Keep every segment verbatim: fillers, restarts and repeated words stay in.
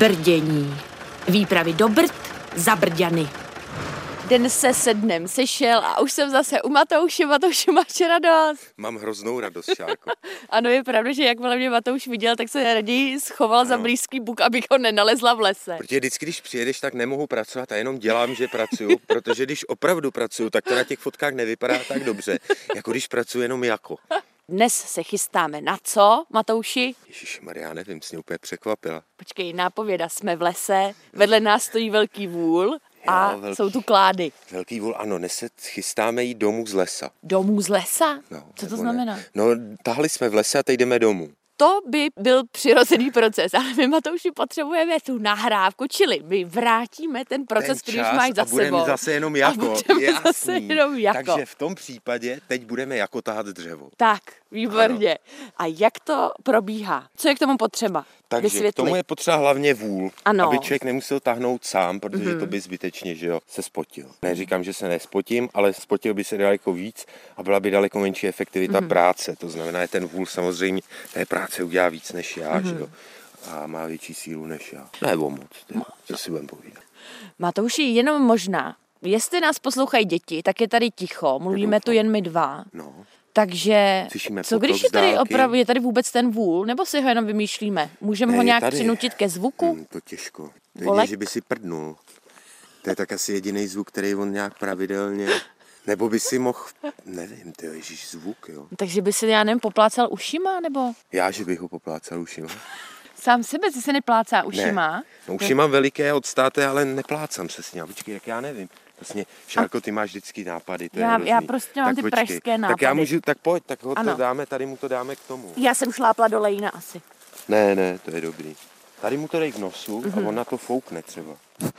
Brdění. Výpravy do Brd za Brďany. Den se se dnem sešel a už jsem zase u Matouše. Matouši, máš radost? Mám hroznou radost, Šárko. Ano, je pravda, že jakmile mě Matouš viděl, tak se raději schoval ano. za blízký buk, abych ho nenalezla v lese. Protože vždycky, když přijedeš, tak nemohu pracovat a jenom dělám, že pracuju, protože když opravdu pracuju, tak to na těch fotkách nevypadá tak dobře, jako když pracuji jenom jako. Dnes se chystáme na co, Matouši? Ježišmarja, já nevím, jsi mě úplně překvapila. Počkej, nápověda, jsme v lese, vedle nás stojí velký vůl a jo, velký, jsou tu klády. Velký vůl, ano, dnes se chystáme jít domů z lesa. Domů z lesa? No, co to znamená? Ne? No, tahli jsme v lese a teď jdeme domů. To by byl přirozený proces, ale my, Matouši, potřebujeme tu nahrávku, čili my vrátíme ten proces, ten který už máš za a budeme sebou. zase jenom jako, a budeme jasný. zase jenom jako. Takže v tom případě teď budeme jako tahat dřevo. Tak, výborně. Ano. A jak to probíhá? Co je k tomu potřeba? Takže Vysvětli. k tomu je potřeba hlavně vůl, ano. aby člověk nemusel tahnout sám, protože mm-hmm. to by zbytečně, že jo, se spotil. Neříkám, že se nespotím, ale spotil by se daleko víc a byla by daleko menší efektivita mm-hmm. práce. To znamená, že ten vůl samozřejmě té práce udělá víc než já, mm-hmm. že jo, a má větší sílu než já. Nebo moc, no. Co si budeme povídat. Matouši, jenom možná, jestli nás poslouchají děti, tak je tady ticho, mluvíme tu jen my dva. No. Takže, Slyšíme co když je tady opravdu, je tady vůbec ten vůl, nebo si ho jenom vymýšlíme? Můžeme ho nějak tady přinutit ke zvuku? Hmm, to těžko. To je, že by si prdnul. To je tak asi jediný zvuk, který on nějak pravidelně, nebo by si mohl, nevím, ty ježíš, zvuk, jo. Takže by si, já nevím, poplácal ušima, nebo? Já, že bych ho poplácal ušima. Sám sebe si se neplácá ušima? Ne. No, uši mám veliké odstáté, ale neplácám se s ním. Počkej, jak já nevím. Vlastně, Šárko, ty máš vždycky nápady, to já, je já prostě mám tak ty počkej. pražské nápady. Tak já můžu, tak pojď, tak ho to dáme, tady mu to dáme k tomu. Já jsem šlápla do lejína asi. Ne, ne, to je dobrý. Tady mu to dej k nosu mm-hmm. a on na to foukne třeba.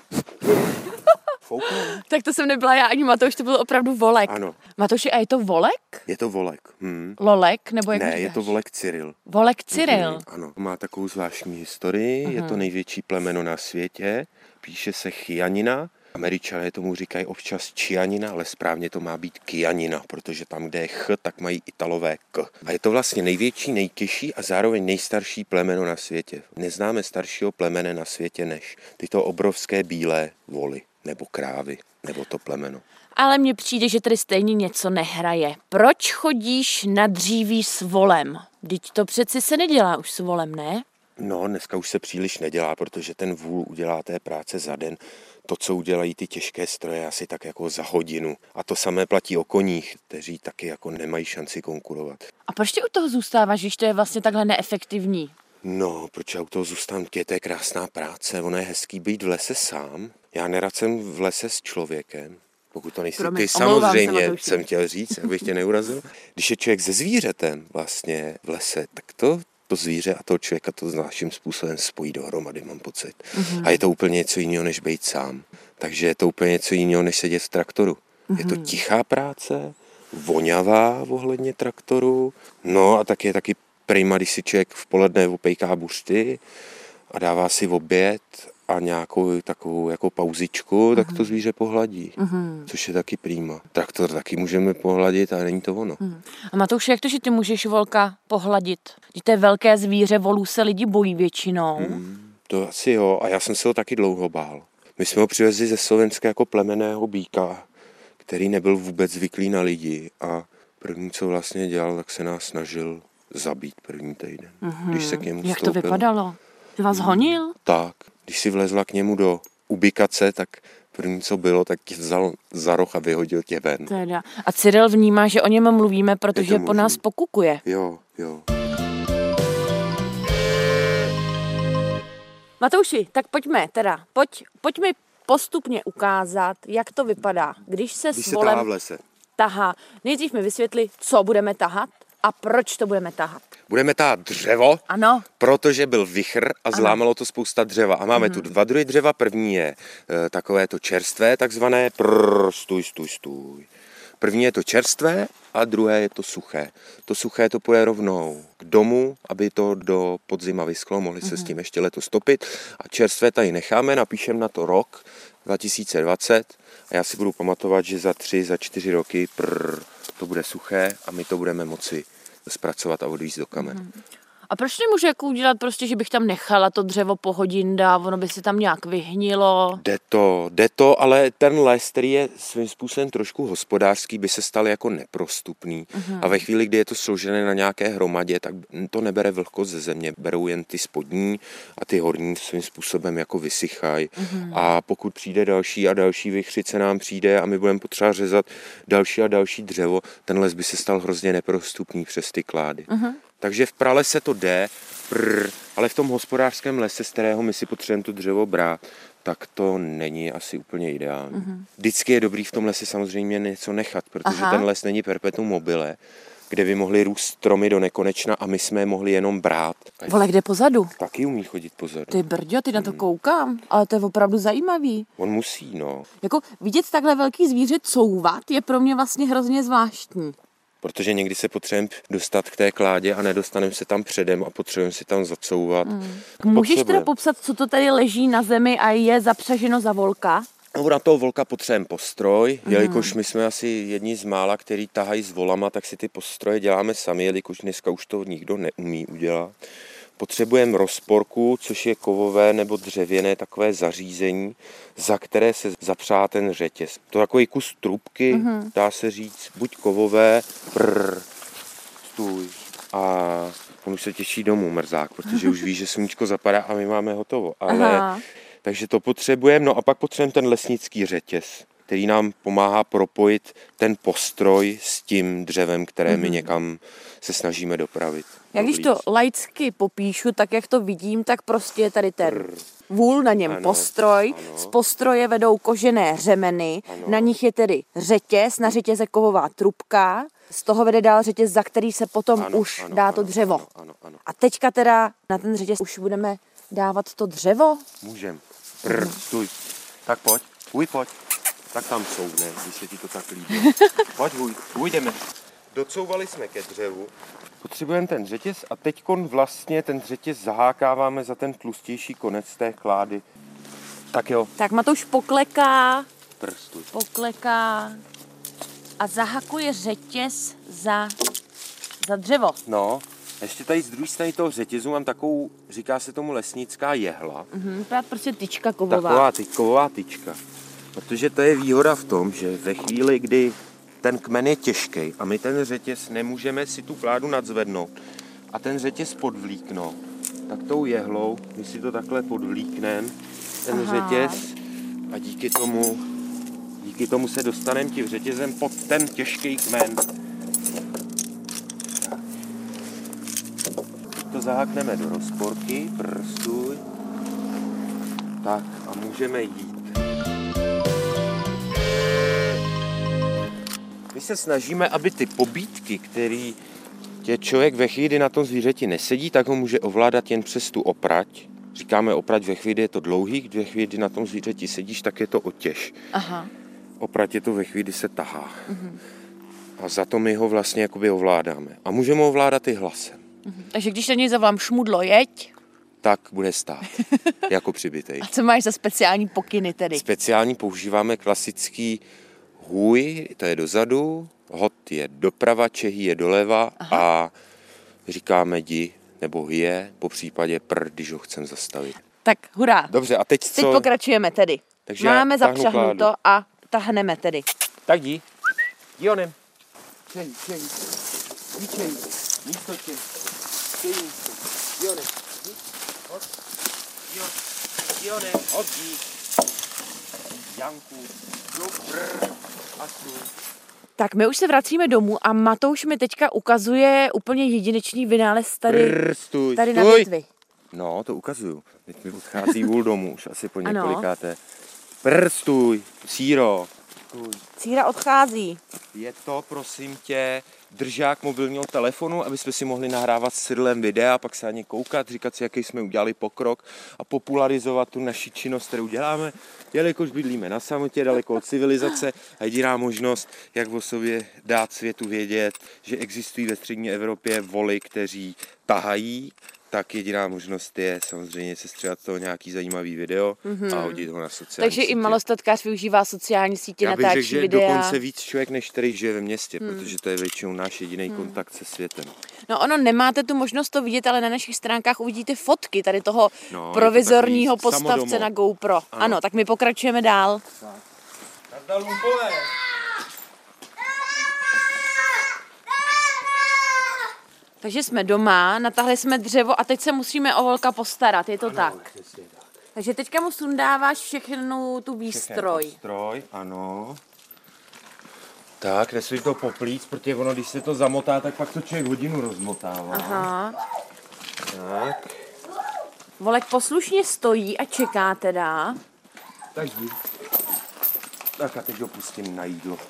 Foukne? Tak to jsem nebyla já ani Matouš, to byl opravdu volek. Ano. Matouši, a je to volek? Je to volek. Hmm. Lolek, nebo jak Ne, říkáš? je to volek Cyril. Volek Cyril? Mm, ano, má takovou zvláštní historii, mm. je to největší plemeno na světě, píše se Chianina. Američané tomu říkají občas Čianina, ale správně to má být Kianina, protože tam, kde je ch, tak mají Italové k. A je to vlastně největší, nejtěžší a zároveň nejstarší plemeno na světě. Neznáme staršího plemene na světě než tyto obrovské bílé voly, nebo krávy, nebo to plemeno. Ale mně přijde, že tady stejně něco nehraje. Proč chodíš na dříví s volem? Vždyť to přeci se nedělá už s volem, ne? No, dneska už se příliš nedělá, protože ten vůl udělá té práce za den. To, co udělají ty těžké stroje, asi tak jako za hodinu. A to samé platí o koních, kteří taky jako nemají šanci konkurovat. A proč ty u toho zůstáváš, když to je vlastně takhle neefektivní? No, proč já u toho zůstávám? To je krásná práce, ono je hezký být v lese sám. Já nerad jsem v lese s člověkem. Pokud to nejsi Promiň, ty, samozřejmě se, jsem chtěl říct, abych tě neurazil. Když je člověk se zvířetem vlastně v lese, tak to... to zvíře a toho člověka to zvláštním způsobem spojí dohromady, mám pocit. Mm-hmm. A je to úplně něco jiného, než být sám. Takže je to úplně něco jiného, než sedět v traktoru. Mm-hmm. Je to tichá práce, voňavá ohledně traktoru, no a tak je taky prima, když si člověk v poledne opejká buřty a dává si oběd a nějakou takovou jako pauzičku, mm-hmm. tak to zvíře pohladí, mm-hmm. což je taky prima. Traktor taky můžeme pohladit, ale není to ono. Mm. A Matouši, jak to, že ty můžeš volka pohladit? Když to je velké zvíře, volů se lidi bojí většinou. Mm, to asi jo, a já jsem se ho taky dlouho bál. My jsme ho přivezli ze Slovenska jako plemenného býka, který nebyl vůbec zvyklý na lidi a první, co vlastně dělal, tak se nás snažil zabít první týden, mm-hmm. když se k němu Jak stoupil. to vypadalo? Ty vás honil? Mm, tak. Když si vlezla k němu do ubikace, tak první, co bylo, tak tě vzal za roh a vyhodil tě ven. Teda. A Cyril vnímá, že o něm mluvíme, protože po nás pokukuje. Jo, jo. Matouši, tak pojďme teda, pojď, pojď mi postupně ukázat, jak to vypadá, když se když s se volem tahá v lese. tahá. Nejdřív mi vysvětli, co budeme tahat a proč to budeme tahat. Budeme tahat dřevo, ano. Protože byl vichr a zlámalo to spousta dřeva. A máme mm. tu dva druhy dřeva. První je e, takové to čerstvé, takzvané prrr, stůj, stůj, stůj. První je to čerstvé a druhé je to suché. To suché to půjde rovnou k domu, aby to do podzima vyschlo, mohli se mm. s tím ještě letos topit. A čerstvé tady necháme, napíšem na to rok dva tisíce dvacet a já si budu pamatovat, že za tři, za čtyři roky prrr, to bude suché a my to budeme moci zpracovat a odvízt do kamen. Mm. A proč nemůžu jako udělat prostě, že bych tam nechala to dřevo po hodin a ono by se tam nějak vyhnilo? Jde to, jde to, ale ten les, který je svým způsobem trošku hospodářský, by se stal jako neprostupný. Uh-huh. A ve chvíli, kdy je to složené na nějaké hromadě, tak to nebere vlhkost ze země, berou jen ty spodní a ty horní svým způsobem jako vysychají. Uh-huh. A pokud přijde další a další vichřice nám přijde a my budeme potřeba řezat další a další dřevo, ten les by se stal hrozně neprostupný přes ty klády. Uh-huh. Takže v pralese to jde, prr, ale v tom hospodářském lese, z kterého my si potřebujeme to dřevo brát, tak to není asi úplně ideální. Uh-huh. Vždycky je dobrý v tom lese samozřejmě něco nechat, protože Aha. ten les není perpetuum mobile, kde by mohly růst stromy do nekonečna a my jsme je mohli jenom brát. Vole, kde pozadu? Taky umí chodit pozadu. Ty brďo, ty na to koukám, ale to je opravdu zajímavý. On musí, no. Jako vidět takhle velký zvíře couvat je pro mě vlastně hrozně zvláštní. Protože někdy se potřebujeme dostat k té kládě a nedostaneme se tam předem a potřebujeme si tam zacouvat. Hmm. Můžeš teda popsat, co to tady leží na zemi a je zapřaženo za volka? No, na toho volka potřebujeme postroj, mm. jelikož my jsme asi jedni z mála, který tahají s volama, tak si ty postroje děláme sami, jelikož dneska už to nikdo neumí udělat. Potřebujeme rozporku, což je kovové nebo dřevěné takové zařízení, za které se zapřá ten řetěz. To je takový kus trubky, mm-hmm. dá se říct, buď kovové, prr, stůj. A on už se těší domů, mrzák, protože už ví, že sluníčko zapadá a my máme hotovo. Ale, takže to potřebujeme, no a pak potřebujeme ten lesnický řetěz, který nám pomáhá propojit ten postroj s tím dřevem, které mm-hmm. my někam se snažíme dopravit. Jak když to laicky popíšu, tak jak to vidím, tak prostě je tady ten vůl, na něm ano, postroj, ano. Z postroje vedou kožené řemeny, ano. Na nich je tedy řetěz, na řetěze kovová trubka, z toho vede dál řetěz, za který se potom ano, už ano, dá to ano, dřevo. Ano, ano, ano. A teďka teda na ten řetěz už budeme dávat to dřevo? Můžem. Prr, stůj. Tak pojď, hůj, pojď. Tak tam soudne, když se ti to tak líbí. Pojď, hůj, hůj, jdeme. Docouvali jsme ke dřevu. Potřebujeme ten řetěz a teďkon vlastně ten řetěz zahákáváme za ten tlustější konec té klády. Tak jo. Tak Matouš pokleká, Prstuj. pokleká a zahakuje řetěz za, za dřevo. No, ještě tady z druhé strany toho řetězu mám takovou, říká se tomu lesnická jehla. Mhm, to je prostě tyčka kovová. Taková ty, kovová tyčka. Protože to je výhoda v tom, že ve chvíli, kdy ten kmen je těžký a my ten řetěz nemůžeme si tu kládu nadzvednout a ten řetěz podvlíknout, tak tou jehlou, my si to takhle podvlíkneme, ten Aha. řetěz a díky tomu, díky tomu se dostaneme tím řetězem pod ten těžký kmen. To zahákneme do rozporky, prstuj, tak a můžeme jít. My se snažíme, aby ty pobídky, který tě člověk ve chvíli na tom zvířeti nesedí, tak ho může ovládat jen přes tu oprať. Říkáme oprať, ve chvíli je to dlouhý, ve chvíli, kdy na tom zvířeti sedíš, tak je to otěž. Aha. Oprať je to ve chvíli, kdy se tahá. Uh-huh. A za to my ho vlastně jakoby ovládáme. A můžeme ho ovládat i hlasem. Uh-huh. Takže když na něj zavolám šmudlo, jeď, tak bude stát, jako přibitej. A co máš za speciální pokyny tedy? Speciální používáme klasický hůj, to je dozadu, hot je doprava, čehý je doleva. Aha. A říkáme di nebo hje, po případě pr, když ho chcem zastavit. Tak hurá. Dobře, a teď co? Teď pokračujeme tedy. Takže máme zapřahnuto a tahneme tedy. Tak jdi. Jdi onem. Čej, čej. Jdi čej. Místo čej. Čej místo. Jdi onem. Jdi. Hod. Jdi onem. Jdi onem. Hod jdi. Janku. Dobrr. Tak my už se vracíme domů a Matouš mi teďka ukazuje úplně jedinečný vynález tady, Brr, stůj, tady stůj. na větvi. No, to ukazuju. Teď mi odchází vůl domů, už asi po několikáté. Brr, stůj, síro. Stůj. Síra odchází. Je to, prosím tě, držák mobilního telefonu, aby jsme si mohli nahrávat s Cyrilem videa a pak se na ně koukat, říkat si, jaký jsme udělali pokrok a popularizovat tu naši činnost, kterou děláme, jelikož bydlíme na samotě, daleko od civilizace a jediná možnost, jak o sobě dát světu vědět, že existují ve střední Evropě voly, kteří tahají tak jediná možnost je samozřejmě se stříhat toho nějaký zajímavý video mm-hmm. a hodit ho na sociální Takže sítě. i malostatkář využívá sociální sítě, Já bych natáčí řekl, že videa. dokonce víc člověk, než který žije ve městě, hmm. protože to je většinou náš jediný hmm. kontakt se světem. No ono, nemáte tu možnost to vidět, ale na našich stránkách uvidíte fotky tady toho no, provizorního to postavce samodomov. Na GoPro. Ano. ano, tak my pokračujeme dál. Nazdar, lumpové. Takže jsme doma, natáhli jsme dřevo a teď se musíme o holka postarat, je to ano, tak? Přesně tak. Takže teďka mu sundáváš všechnu tu výstroj. Všechny stroj, ano. Tak, nesmíš to poplít, protože ono, když se to zamotá, tak pak to člověk hodinu rozmotává. Aha. Tak. Volek poslušně stojí a čeká teda. Tak jdi. Tak a teď ho pustím na jídlo.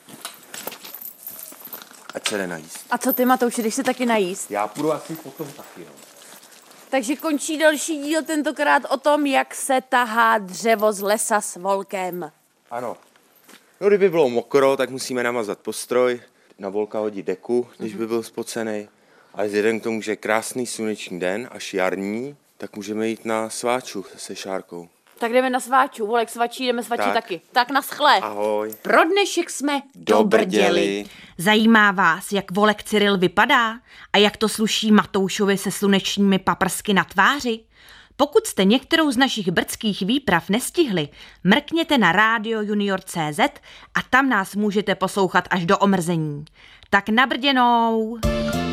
Ať se jde najíst. A co ty, Matouši, jdeš se taky najíst? Já půjdu asi potom taky, no. Takže končí další díl, tentokrát o tom, jak se tahá dřevo z lesa s volkem. Ano. No, kdyby bylo mokro, tak musíme namazat postroj, na volka hodit deku, když by byl spocený. Ale vzhledem k tomu, že je krásný sluneční den, až jarní, tak můžeme jít na sváču se Šárkou. Tak jdeme na sváču, volek svačí, jdeme svačí tak. taky. Tak naschle. Ahoj. Pro dnešek jsme dobrděli. Zajímá vás, jak volek Cyril vypadá a jak to sluší Matoušovi se slunečními paprsky na tváři? Pokud jste některou z našich brdských výprav nestihli, mrkněte na rádio junior tečka cé zet a tam nás můžete poslouchat až do omrzení. Tak nabrděnou!